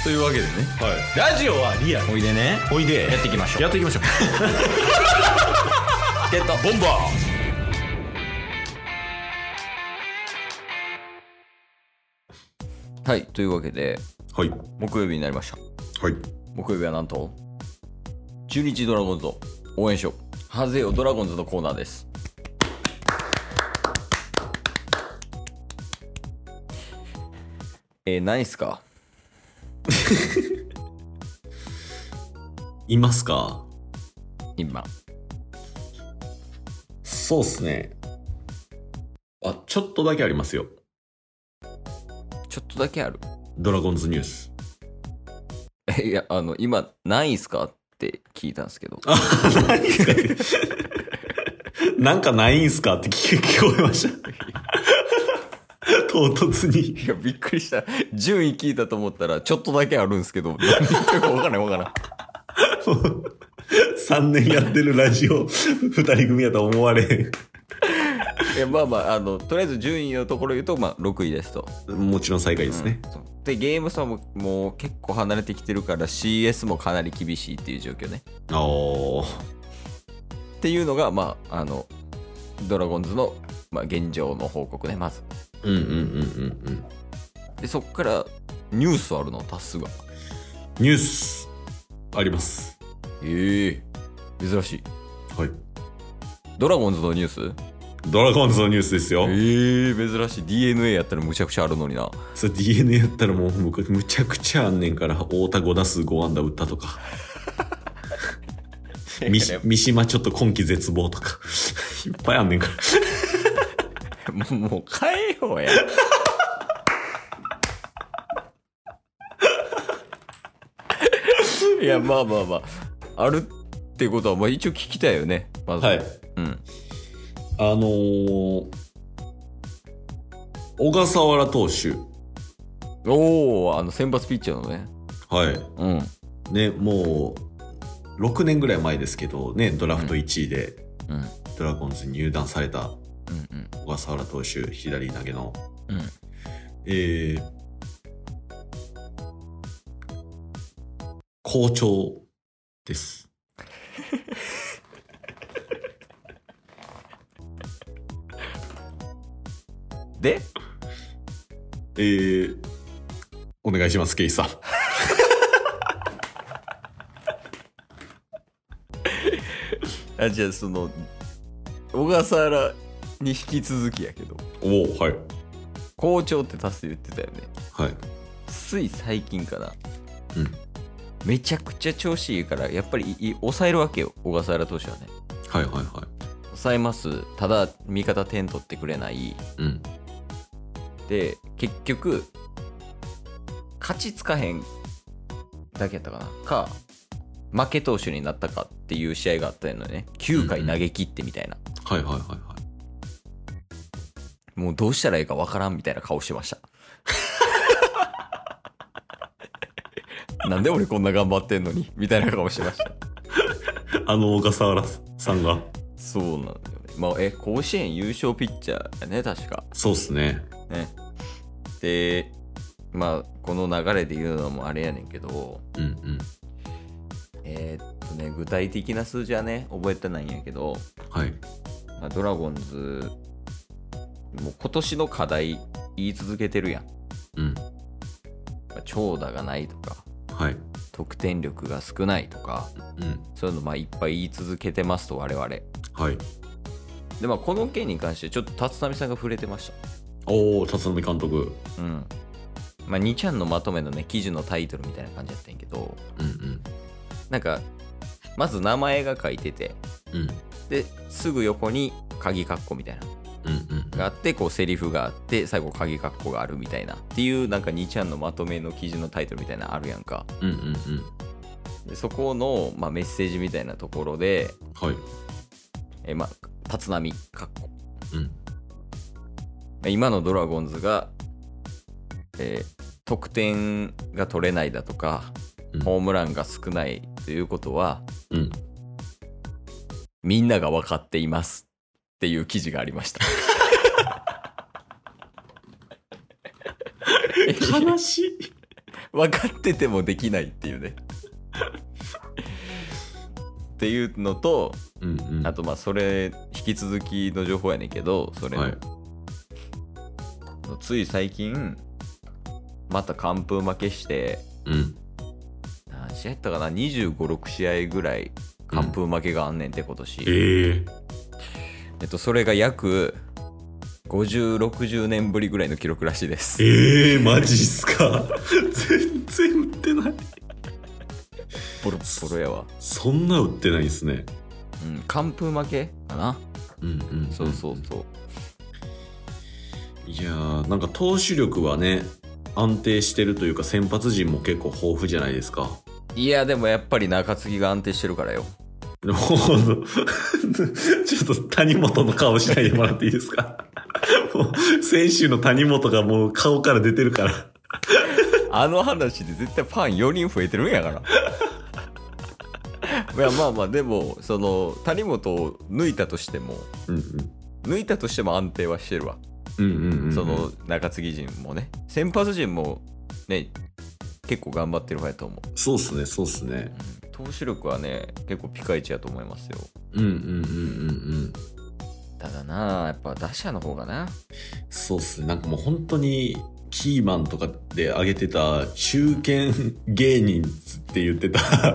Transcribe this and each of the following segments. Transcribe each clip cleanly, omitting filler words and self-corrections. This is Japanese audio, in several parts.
というわけでね、 はい、ラジオはリアル。 おいでね、 おいでやっていきましょう。 やっていきましょうゲットボンバー。はい、というわけでー。はい木曜日になりました。 はい。 木曜日はなんと中日ドラゴンズを応援しよう、ハゼよドラゴンズのコーナーです。何っすかいますか？ 今。 そうっすね。あ、ちょっとだけありますよ。 ちょっとだけある。 ドラゴンズニュース。 いや、今ないっすかって聞いたんですけど。 あ、ないんすかってなんかないんすかって聞こえました唐突に。 いや、びっくりした。順位聞いたと思ったらちょっとだけあるんですけど、何言ってるか分からん分からん。 3年やってるラジオ2人組やと思われへん。 いや、まあまあ、とりあえず順位のところ言うと、まあ、6位ですと。 もちろん最下位ですね。 で、ゲーム差ももう結構離れてきてるから CS もかなり厳しいっていう状況ね。っていうのが、まあ、ドラゴンズの、まあ、現状の報告ね、まず。で、そっからニュースあるの、タスが。 ニュースあります。 珍しい。 はい。 ドラゴンズのニュース？ ドラゴンズのニュースですよ。 珍しい。 DNA やったらむちゃくちゃあるのにな。 それ DNA やったらもうむちゃくちゃあんねんから。太田5打数5安打打ったとか三島ちょっと今季絶望とかいっぱいあんねんからもう変えようやいや、まあまあまあ、あるってことは、まあ一応聞きたいよね、まず。 はい。 うん。 小笠原投手。 先発ピッチャーのね。 はい。 うん。 ね、もう、6年ぐらい前ですけど、ね、ドラフト1位で、ドラゴンズに入団された、小笠原投手、左投げの。好調です。 でお願いします、ケイさん。 じゃあ小笠原に引き続きやけど。 はい。 好調ってタス言ってたよね。 はい。 つい最近かな。めちゃくちゃ調子いいから、やっぱり抑えるわけよ、小笠原投手はね。 はい。 抑えます。ただ、味方点取ってくれない。で、結局、勝ちつかへんだけやったかな。負け投手になったかっていう試合があったのね。9回投げ切ってみたいな。もうどうしたらいいかわからんみたいな顔してました。なんで俺こんな頑張ってんのにみたいな顔してました。 小笠原さんが。 そうなんだよね。まあ、甲子園優勝ピッチャーやね、確か。 そうっすね。 で、まあ、この流れで言うのもあれやねんけど、具体的な数字はね、覚えてないんやけど、 はい。 まあ、ドラゴンズ、もう今年の課題言い続けてるやん。長打がないとか、得点力が少ないとか、そういうのまあいっぱい言い続けてますと、我々。で、まあこの件に関してちょっと立浪さんが触れてました。 立浪監督。 まあ2ちゃんのまとめのね、記事のタイトルみたいな感じだったんやけど、なんか、まず名前が書いてて、で、すぐ横に鍵括弧みたいな。があって、こうセリフがあって、最後鍵括弧があるみたいなっていう、なんか2ちゃんのまとめの記事のタイトルみたいなのあるやんか。でそこの、まあ、メッセージみたいなところで、まあ立浪括弧、今のドラゴンズが、得点が取れないだとか、ホームランが少ないということは、みんなが分かっていますっていう記事がありました。 悲しい。 分かっててもできないっていうねっていうのと、あとまあそれ引き続きの情報やねんけど、それの、つい最近また完封負けして、何試合やったかな、25、6試合ぐらい完封負けがあんねんって今年。それが約50、60年ぶりぐらいの記録らしいです。 マジっすか。全然打ってない。 ボロボロやわ。 そんな打ってないんすね。 完封負けかな。そうそうそう。 いやー、なんか投手力はね安定してるというか、先発陣も結構豊富じゃないですか。 いやでもやっぱり中継ぎが安定してるからよ。 ちょっと谷本の顔しないでもらっていいですか。もう先週の谷本がもう顔から出てるから。 あの話で絶対ファン4人増えてるんやから。いやまあまあでもその谷本を抜いたとしても、抜いたとしても安定はしてるわ。その中継ぎ陣もね、先発陣もね結構頑張ってる方やと思う。 そうっすねそうっすね、 投手力はね結構ピカイチやと思いますよ。ただなやっぱ打者の方がな。 そうっすね、なんかもう本当にキーマンとかで挙げてた中堅芸人って言ってた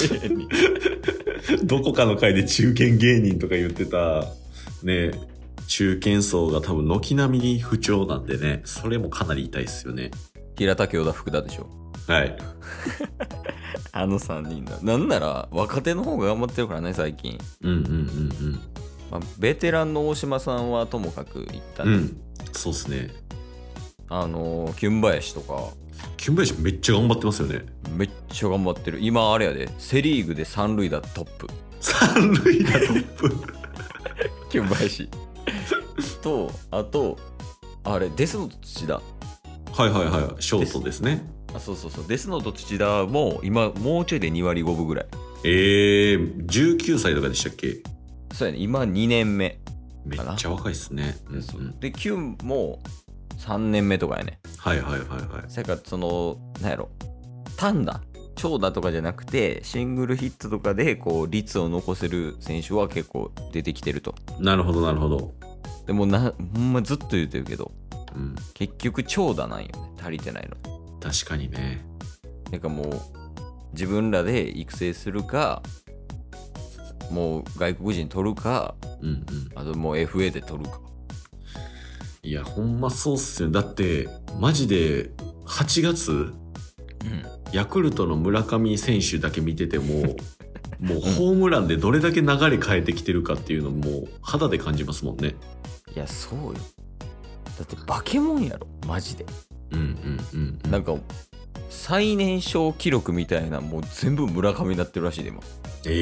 どこかの回で中堅芸人とか言ってたね、中堅層が多分軒並みに不調なんでね、それもかなり痛いっすよね。 平田京田福田でしょ。 はいあの3人だ。なんなら若手の方が頑張ってるからね最近。まあ、ベテランの大島さんはともかくいったね。 そうっすね。 キュン林とか。 キュン林めっちゃ頑張ってますよね。 めっちゃ頑張ってる。今あれやで、セリーグで三塁打トップ。 三塁打トップキュン林と、あとあれデスノート土田。 はいはいはい、ショートですね。 そうそうそう、デスノート土田も今もうちょいで2割5分ぐらい。 19歳とかでしたっけ。 そうやね、今2年目めっちゃ若いっすね。 でキュンも3年目とかやね。 はいはいはいはい。 それからそのなんやろ、単打長打とかじゃなくてシングルヒットとかでこう率を残せる選手は結構出てきてると。 なるほどなるほど。 でもほんまずっと言ってるけど、結局長打なんよね、足りてないの。 確かにね。 なんかもう自分らで育成するか、もう外国人取るか、あともう FA で取るか。 いやほんまそうっすよ。だってマジで8月、ヤクルトの村上選手だけ見ててももうホームランでどれだけ流れ変えてきてるかっていうのも肌で感じますもんね。 いやそうよ、だってバケモンやろマジで。なんか最年少記録みたいなもう全部村上になってるらしいで今。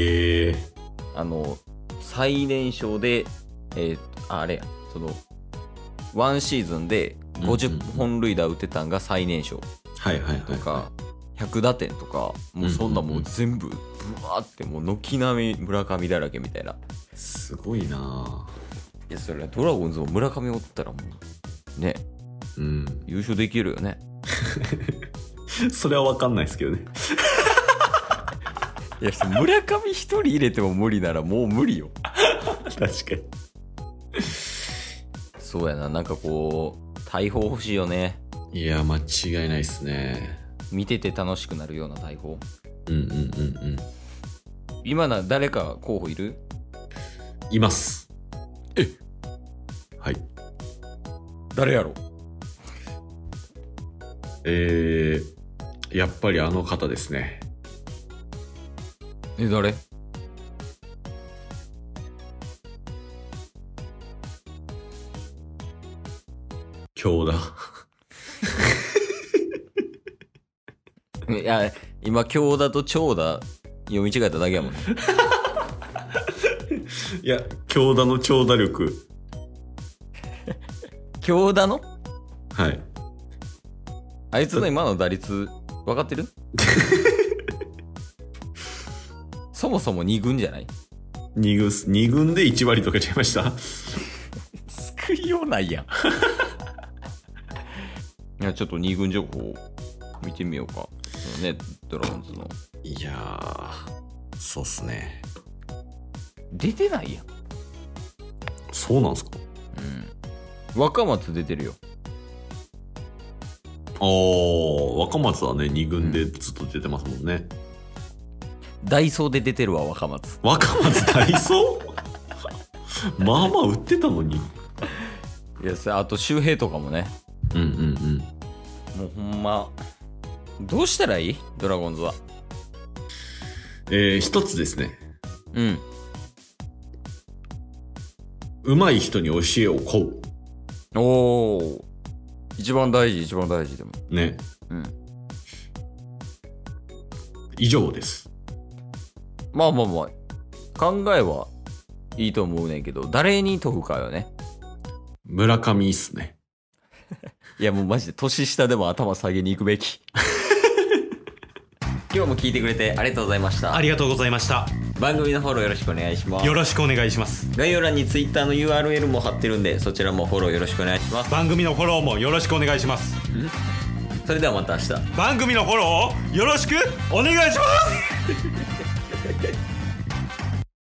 最年少であれや、そのワンシーズンで50本塁打打ってたんが最年少とか100打点とか、もうそんなもう全部ブワーってもう軒並み村上だらけみたいな。 すごいな。 いやそれはドラゴンズも村上おったらもうね、優勝できるよね。 それは分かんないですけどね。 いや村上一人入れても無理ならもう無理よ。 確かに。 そうやな、なんかこう大砲欲しいよね。 いや間違いないっすね。 見てて楽しくなるような大砲。今誰か候補いる？ います。はい。 誰やろ？ やっぱりあの方ですね。 誰？ 京田。 いや今京田と長田読み違えただけやもんね。 いや京田の長打力。 京田の？ はい。 あいつの今の打率分かってる？そもそも2軍じゃない？ 2軍で1割とかちゃいました。 救いようないやん。いやちょっと2軍情報見てみようか。ね、ドラゴンズの。 いやー、そうっすね。 出てないやん。 そうなんすか？ うん。若松出てるよ。 若松はね、2軍でずっと出てますもんね。 ダイソーで出てるわ、若松。 若松ダイソーまあまあ売ってたのに。 いや、あと周平とかもね。 うんうんうん。 もうほんま、どうしたらいい？ドラゴンズは。 一つですね。 うん。 上手い人に教えを請う。 おー。一番大事でも。 ね。 うん。 以上です。 まあ、考えはいいと思うねんけど、誰に解くかよね。 村上っすね。 いやもうマジで年下でも頭下げに行くべき。今日も聞いてくれてありがとうございました。 ありがとうございました。 番組のフォローよろしくお願いします。 よろしくお願いします。 概要欄に Twitter の URL も貼ってるんで、そちらもフォローよろしくお願いします。 番組のフォローもよろしくお願いします。 それではまた明日。 番組のフォローをよろしくお願いします。